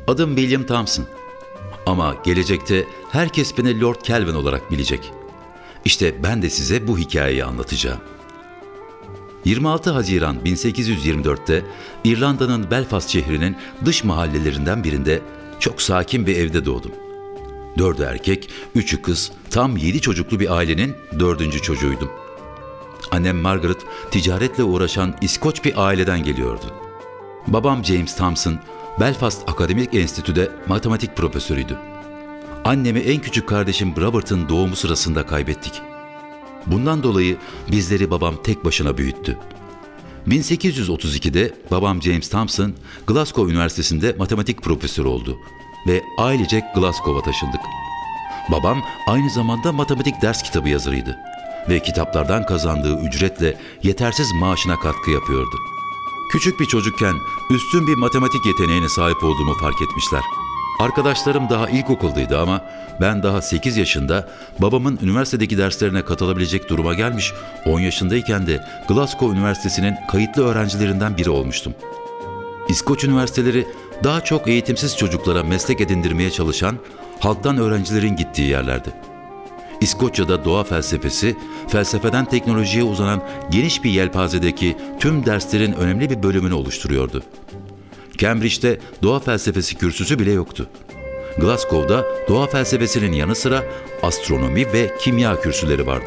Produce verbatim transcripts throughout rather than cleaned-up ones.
Adım William Thomson. Ama gelecekte herkes beni Lord Kelvin olarak bilecek. İşte ben de size bu hikayeyi anlatacağım. yirmi altı Haziran bin sekiz yüz yirmi dörtte İrlanda'nın Belfast şehrinin dış mahallelerinden birinde çok sakin bir evde doğdum. Dördü erkek, üçü kız, tam yedi çocuklu bir ailenin dördüncü çocuğuydum. Annem Margaret, ticaretle uğraşan İskoç bir aileden geliyordu. Babam James Thomson, Belfast Akademik Enstitü'de matematik profesörüydü. Annemi en küçük kardeşim Robert'ın doğumu sırasında kaybettik. Bundan dolayı bizleri babam tek başına büyüttü. bin sekiz yüz otuz ikide babam James Thomson, Glasgow Üniversitesi'nde matematik profesörü oldu ve ailecek Glasgow'a taşındık. Babam aynı zamanda matematik ders kitabı yazarıydı ve kitaplardan kazandığı ücretle yetersiz maaşına katkı yapıyordu. Küçük bir çocukken üstün bir matematik yeteneğine sahip olduğumu fark etmişler. Arkadaşlarım daha ilkokuldaydı ama ben daha sekiz yaşında babamın üniversitedeki derslerine katılabilecek duruma gelmiş, on yaşındayken de Glasgow Üniversitesi'nin kayıtlı öğrencilerinden biri olmuştum. İskoç üniversiteleri daha çok eğitimsiz çocuklara meslek edindirmeye çalışan halktan öğrencilerin gittiği yerlerdi. İskoçya'da doğa felsefesi, felsefeden teknolojiye uzanan geniş bir yelpazedeki tüm derslerin önemli bir bölümünü oluşturuyordu. Cambridge'de doğa felsefesi kürsüsü bile yoktu. Glasgow'da doğa felsefesinin yanı sıra astronomi ve kimya kürsüleri vardı.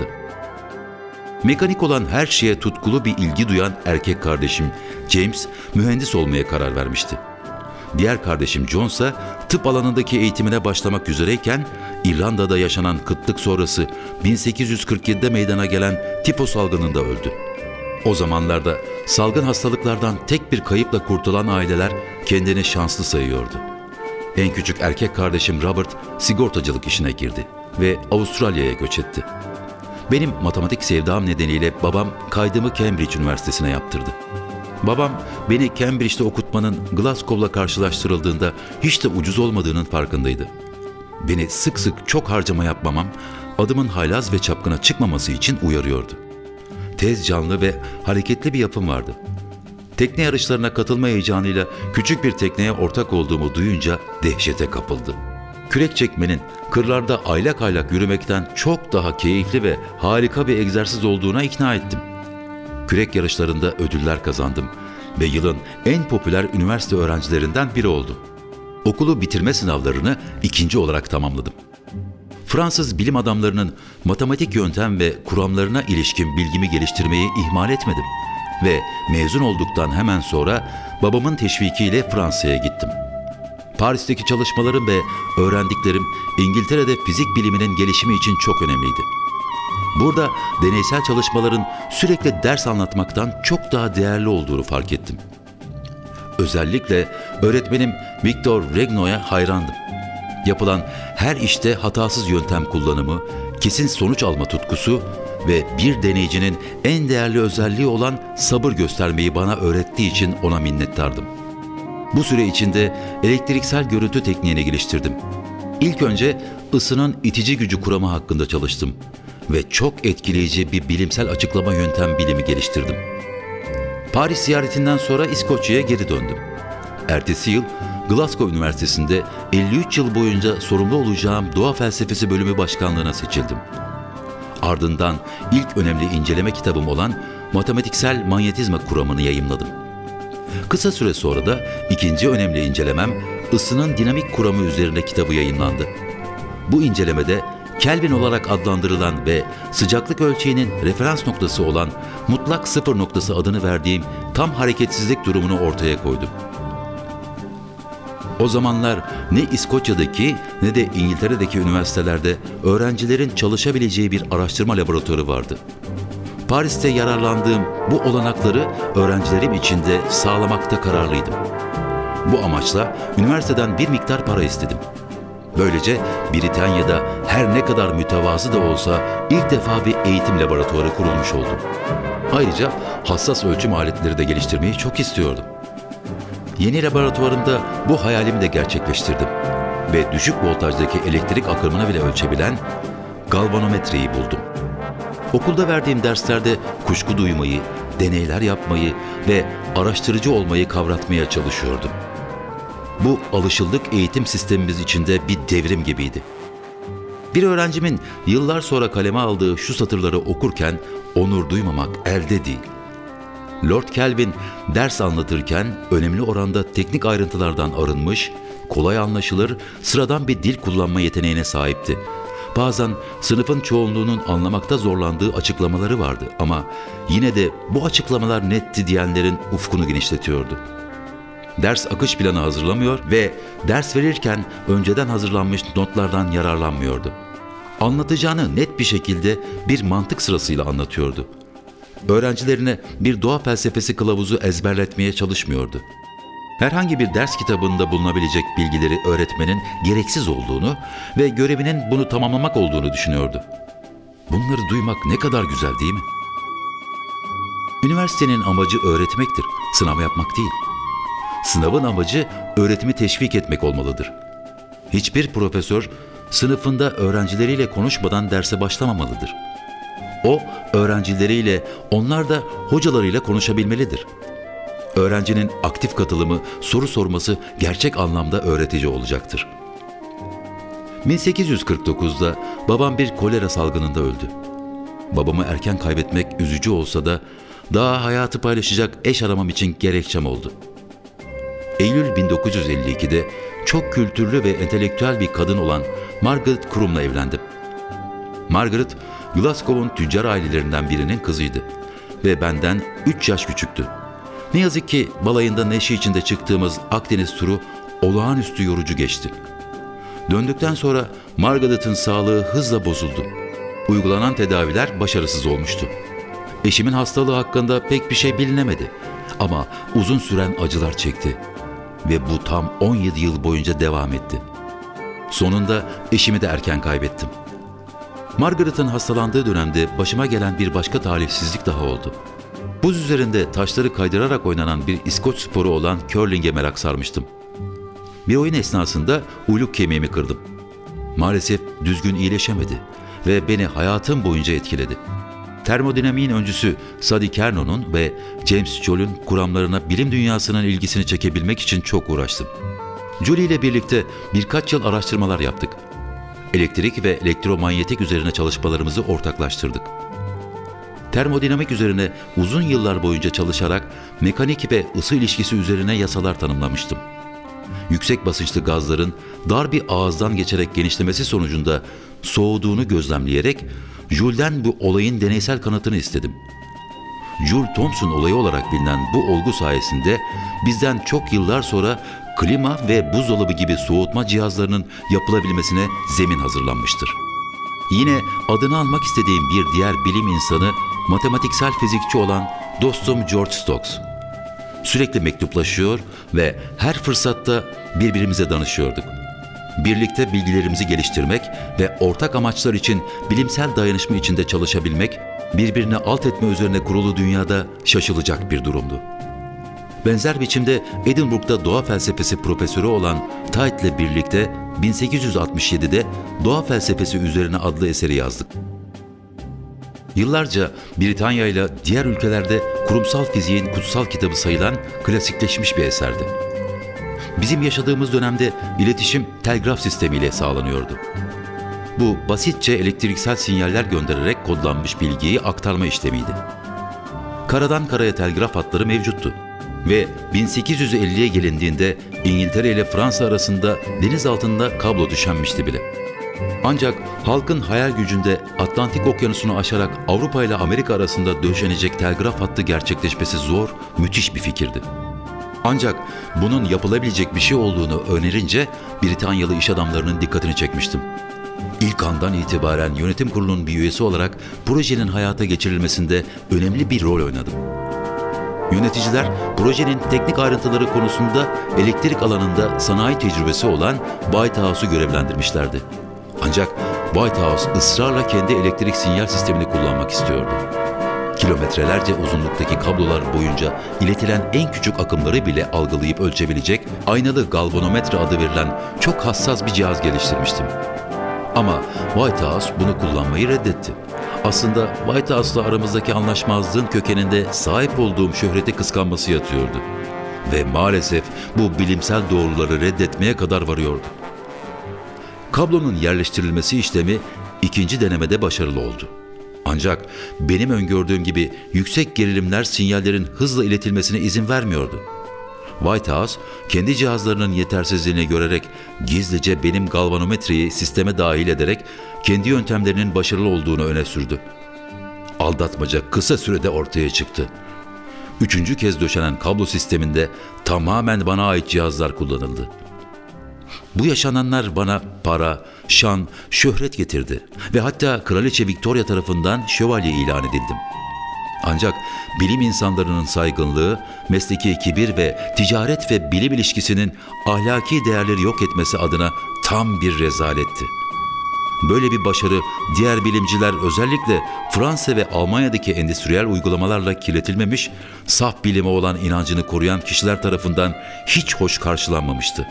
Mekanik olan her şeye tutkulu bir ilgi duyan erkek kardeşim James, mühendis olmaya karar vermişti. Diğer kardeşim John ise tıp alanındaki eğitimine başlamak üzereyken İrlanda'da yaşanan kıtlık sonrası bin sekiz yüz kırk yedide meydana gelen tifo salgınında öldü. O zamanlarda salgın hastalıklardan tek bir kayıpla kurtulan aileler kendini şanslı sayıyordu. En küçük erkek kardeşim Robert sigortacılık işine girdi ve Avustralya'ya göç etti. Benim matematik sevdam nedeniyle babam kaydımı Cambridge Üniversitesi'ne yaptırdı. Babam beni Cambridge'de okutmanın Glasgow'la karşılaştırıldığında hiç de ucuz olmadığının farkındaydı. Beni sık sık çok harcama yapmamam, adımın haylaz ve çapkına çıkmaması için uyarıyordu. Tez canlı ve hareketli bir yapım vardı. Tekne yarışlarına katılma heyecanıyla küçük bir tekneye ortak olduğumu duyunca dehşete kapıldı. Kürek çekmenin kırlarda aylak aylak yürümekten çok daha keyifli ve harika bir egzersiz olduğuna ikna ettim. Kürek yarışlarında ödüller kazandım ve yılın en popüler üniversite öğrencilerinden biri oldum. Okulu bitirme sınavlarını ikinci olarak tamamladım. Fransız bilim adamlarının matematik yöntem ve kuramlarına ilişkin bilgimi geliştirmeyi ihmal etmedim ve mezun olduktan hemen sonra babamın teşvikiyle Fransa'ya gittim. Paris'teki çalışmalarım ve öğrendiklerim İngiltere'de fizik biliminin gelişimi için çok önemliydi. Burada deneysel çalışmaların sürekli ders anlatmaktan çok daha değerli olduğunu fark ettim. Özellikle öğretmenim Victor Regnault'a hayrandım. Yapılan her işte hatasız yöntem kullanımı, kesin sonuç alma tutkusu ve bir deneyicinin en değerli özelliği olan sabır göstermeyi bana öğrettiği için ona minnettardım. Bu süre içinde elektriksel görüntü tekniğini geliştirdim. İlk önce ısının itici gücü kuramı hakkında çalıştım ve çok etkileyici bir bilimsel açıklama yöntem bilimi geliştirdim. Paris ziyaretinden sonra İskoçya'ya geri döndüm. Ertesi yıl Glasgow Üniversitesi'nde elli üç yıl boyunca sorumlu olacağım doğa felsefesi bölümü başkanlığına seçildim. Ardından ilk önemli inceleme kitabım olan matematiksel manyetizma kuramını yayımladım. Kısa süre sonra da ikinci önemli incelemem ısının dinamik kuramı üzerine kitabı yayınlandı. Bu incelemede Kelvin olarak adlandırılan ve sıcaklık ölçeğinin referans noktası olan mutlak sıfır noktası adını verdiğim tam hareketsizlik durumunu ortaya koydum. O zamanlar ne İskoçya'daki ne de İngiltere'deki üniversitelerde öğrencilerin çalışabileceği bir araştırma laboratuvarı vardı. Paris'te yararlandığım bu olanakları öğrencilerim için de sağlamakta kararlıydım. Bu amaçla üniversiteden bir miktar para istedim. Böylece Britanya'da her ne kadar mütevazı da olsa ilk defa bir eğitim laboratuvarı kurulmuş oldu. Ayrıca hassas ölçüm aletleri de geliştirmeyi çok istiyordum. Yeni laboratuvarımda bu hayalimi de gerçekleştirdim ve düşük voltajdaki elektrik akımını bile ölçebilen galvanometreyi buldum. Okulda verdiğim derslerde kuşku duymayı, deneyler yapmayı ve araştırıcı olmayı kavratmaya çalışıyordum. bu alışıldık eğitim sistemimiz içinde bir devrim gibiydi. Bir öğrencimin yıllar sonra kaleme aldığı şu satırları okurken onur duymamak elde değil. Lord Kelvin ders anlatırken önemli oranda teknik ayrıntılardan arınmış, kolay anlaşılır, sıradan bir dil kullanma yeteneğine sahipti. Bazen sınıfın çoğunluğunun anlamakta zorlandığı açıklamaları vardı ama yine de bu açıklamalar netti diyenlerin ufkunu genişletiyordu. Ders akış planı hazırlamıyor ve ders verirken önceden hazırlanmış notlardan yararlanmıyordu. Anlatacağını net bir şekilde bir mantık sırasıyla anlatıyordu. Öğrencilerine bir doğa felsefesi kılavuzu ezberletmeye çalışmıyordu. Herhangi bir ders kitabında bulunabilecek bilgileri öğretmenin gereksiz olduğunu ve görevinin bunu tamamlamak olduğunu düşünüyordu. Bunları duymak ne kadar güzel değil mi? Üniversitenin amacı öğretmektir, sınav yapmak değil. Sınavın amacı öğretimi teşvik etmek olmalıdır. Hiçbir profesör sınıfında öğrencileriyle konuşmadan derse başlamamalıdır. O, öğrencileriyle, onlar da hocalarıyla konuşabilmelidir. Öğrencinin aktif katılımı, soru sorması gerçek anlamda öğretici olacaktır. bin sekiz yüz kırk dokuzda babam bir kolera salgınında öldü. Babamı erken kaybetmek üzücü olsa da daha hayatı paylaşacak eş aramam için gerekçem oldu. Eylül bin dokuz yüz elli ikide çok kültürlü ve entelektüel bir kadın olan Margaret Crum'la evlendim. Margaret, Glasgow'un tüccar ailelerinden birinin kızıydı ve benden üç yaş küçüktü. Ne yazık ki balayında neşe içinde çıktığımız Akdeniz turu olağanüstü yorucu geçti. Döndükten sonra Margaret'ın sağlığı hızla bozuldu. Uygulanan tedaviler başarısız olmuştu. Eşimin hastalığı hakkında pek bir şey bilinemedi ama uzun süren acılar çekti ve bu tam on yedi yıl boyunca devam etti. Sonunda eşimi de erken kaybettim. Margaret'ın hastalandığı dönemde başıma gelen bir başka talihsizlik daha oldu. Buz üzerinde taşları kaydırarak oynanan bir İskoç sporu olan curling'e merak sarmıştım. Bir oyun esnasında uyluk kemiğimi kırdım. Maalesef düzgün iyileşemedi ve beni hayatım boyunca etkiledi. Termodinamiğin öncüsü Sadi Carnot'un ve James Joule'un kuramlarına bilim dünyasının ilgisini çekebilmek için çok uğraştım. Joule ile birlikte birkaç yıl araştırmalar yaptık. Elektrik ve elektromanyetik üzerine çalışmalarımızı ortaklaştırdık. Termodinamik üzerine uzun yıllar boyunca çalışarak mekanik ve ısı ilişkisi üzerine yasalar tanımlamıştım. Yüksek basınçlı gazların dar bir ağızdan geçerek genişlemesi sonucunda soğuduğunu gözlemleyerek Joule'den bu olayın deneysel kanıtını istedim. Joule-Thomson olayı olarak bilinen bu olgu sayesinde bizden çok yıllar sonra klima ve buzdolabı gibi soğutma cihazlarının yapılabilmesine zemin hazırlanmıştır. Yine adını almak istediğim bir diğer bilim insanı matematiksel fizikçi olan dostum George Stokes. Sürekli mektuplaşıyor ve her fırsatta birbirimize danışıyorduk. Birlikte bilgilerimizi geliştirmek ve ortak amaçlar için bilimsel dayanışma içinde çalışabilmek, birbirine alt etme üzerine kurulu dünyada şaşılacak bir durumdu. Benzer biçimde Edinburgh'da doğa felsefesi profesörü olan Tait ile birlikte bin sekiz yüz altmış yedide Doğa Felsefesi Üzerine adlı eseri yazdık. Yıllarca Britanya ile diğer ülkelerde kurumsal fiziğin kutsal kitabı sayılan klasikleşmiş bir eserdi. Bizim yaşadığımız dönemde iletişim telgraf sistemiyle sağlanıyordu. Bu basitçe elektriksel sinyaller göndererek kodlanmış bilgiyi aktarma işlemiydi. Karadan karaya telgraf hatları mevcuttu ve bin sekiz yüz elliye gelindiğinde İngiltere ile Fransa arasında deniz altında kablo düşenmişti bile. Ancak halkın hayal gücünde Atlantik Okyanusu'nu aşarak Avrupa ile Amerika arasında döşenecek telgraf hattı gerçekleşmesi zor, müthiş bir fikirdi. Ancak bunun yapılabilecek bir şey olduğunu önerince Britanyalı iş adamlarının dikkatini çekmiştim. İlk andan itibaren yönetim kurulunun bir üyesi olarak projenin hayata geçirilmesinde önemli bir rol oynadım. Yöneticiler projenin teknik ayrıntıları konusunda elektrik alanında sanayi tecrübesi olan White House'u görevlendirmişlerdi. Ancak White House ısrarla kendi elektrik sinyal sistemini kullanmak istiyordu. Kilometrelerce uzunluktaki kablolar boyunca iletilen en küçük akımları bile algılayıp ölçebilecek aynalı galvanometre adı verilen çok hassas bir cihaz geliştirmiştim. Ama White House bunu kullanmayı reddetti. Aslında White House'la aramızdaki anlaşmazlığın kökeninde sahip olduğum şöhrete kıskanması yatıyordu. ve maalesef bu bilimsel doğruları reddetmeye kadar varıyordu. Kablonun yerleştirilmesi işlemi ikinci denemede başarılı oldu. Ancak benim öngördüğüm gibi yüksek gerilimler sinyallerin hızla iletilmesine izin vermiyordu. White House, kendi cihazlarının yetersizliğini görerek gizlice benim galvanometreyi sisteme dahil ederek kendi yöntemlerinin başarılı olduğunu öne sürdü. Aldatmaca kısa sürede ortaya çıktı. Üçüncü kez döşenen kablo sisteminde tamamen bana ait cihazlar kullanıldı. Bu yaşananlar bana para, şan, şöhret getirdi ve hatta Kraliçe Victoria tarafından şövalye ilan edildim. Ancak bilim insanlarının saygınlığı, mesleki kibir ve ticaret ve bilim ilişkisinin ahlaki değerleri yok etmesi adına tam bir rezaletti. Böyle bir başarı diğer bilimciler, özellikle Fransa ve Almanya'daki endüstriyel uygulamalarla kirletilmemiş, saf bilime olan inancını koruyan kişiler tarafından hiç hoş karşılanmamıştı.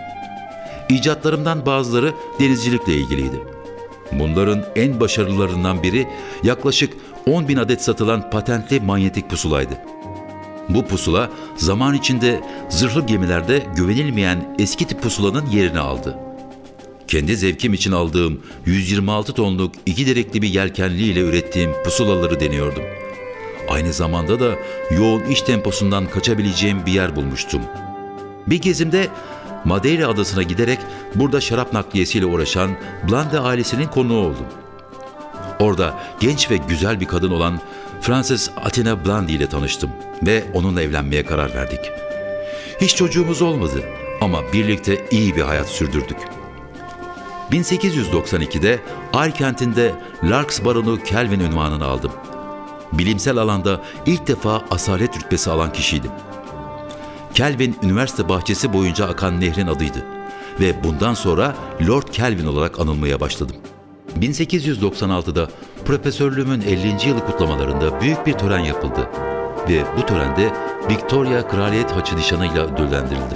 İcatlarımdan bazıları denizcilikle ilgiliydi. Bunların en başarılılarından biri yaklaşık on bin adet satılan patentli manyetik pusulaydı. Bu pusula zaman içinde zırhlı gemilerde güvenilmeyen eski tip pusulanın yerini aldı. Kendi zevkim için aldığım yüz yirmi altı tonluk iki direkli bir yelkenliyle ürettiğim pusulaları deniyordum. Aynı zamanda da yoğun iş temposundan kaçabileceğim bir yer bulmuştum. Bir gezimde Madeira adasına giderek burada şarap nakliyesiyle uğraşan Blande ailesinin konuğu oldum. Orada genç ve güzel bir kadın olan Frances Athena Blande ile tanıştım ve onunla evlenmeye karar verdik. Hiç çocuğumuz olmadı ama birlikte iyi bir hayat sürdürdük. bin sekiz yüz doksan ikide Ay kentinde Larks Baronu Kelvin unvanını aldım. Bilimsel alanda ilk defa asalet rütbesi alan kişiydim. Kelvin, üniversite bahçesi boyunca akan nehrin adıydı ve bundan sonra Lord Kelvin olarak anılmaya başladım. bin sekiz yüz doksan altıda profesörlüğümün ellinci yılı kutlamalarında büyük bir tören yapıldı ve bu törende Victoria Kraliyet Haçı nişanıyla ödüllendirildim.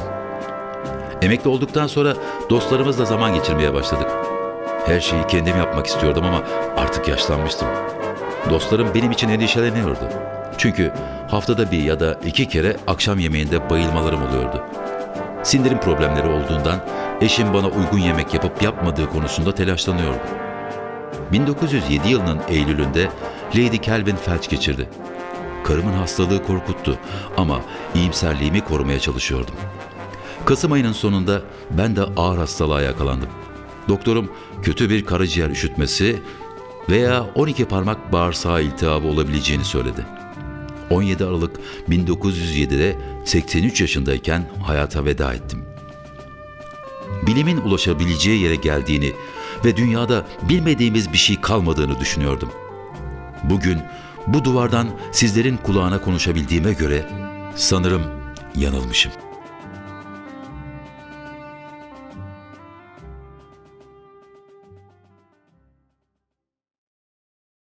Emekli olduktan sonra dostlarımızla zaman geçirmeye başladık. Her şeyi kendim yapmak istiyordum ama artık yaşlanmıştım. Dostlarım benim için endişeleniyordu. Çünkü haftada bir ya da iki kere akşam yemeğinde bayılmalarım oluyordu. Sindirim problemleri olduğundan eşim bana uygun yemek yapıp yapmadığı konusunda telaşlanıyordu. bin dokuz yüz yedi yılının Eylül'ünde Lady Kelvin felç geçirdi. Karımın hastalığı korkuttu ama iyimserliğimi korumaya çalışıyordum. Kasım ayının sonunda ben de ağır hastalığa yakalandım. Doktorum kötü bir karaciğer üşütmesi veya on iki parmak bağırsağı iltihabı olabileceğini söyledi. on yedi Aralık bin dokuz yüz yedide seksen üç yaşındayken hayata veda ettim. Bilimin ulaşabileceği yere geldiğini ve dünyada bilmediğimiz bir şey kalmadığını düşünüyordum. Bugün bu duvardan sizlerin kulağına konuşabildiğime göre sanırım yanılmışım.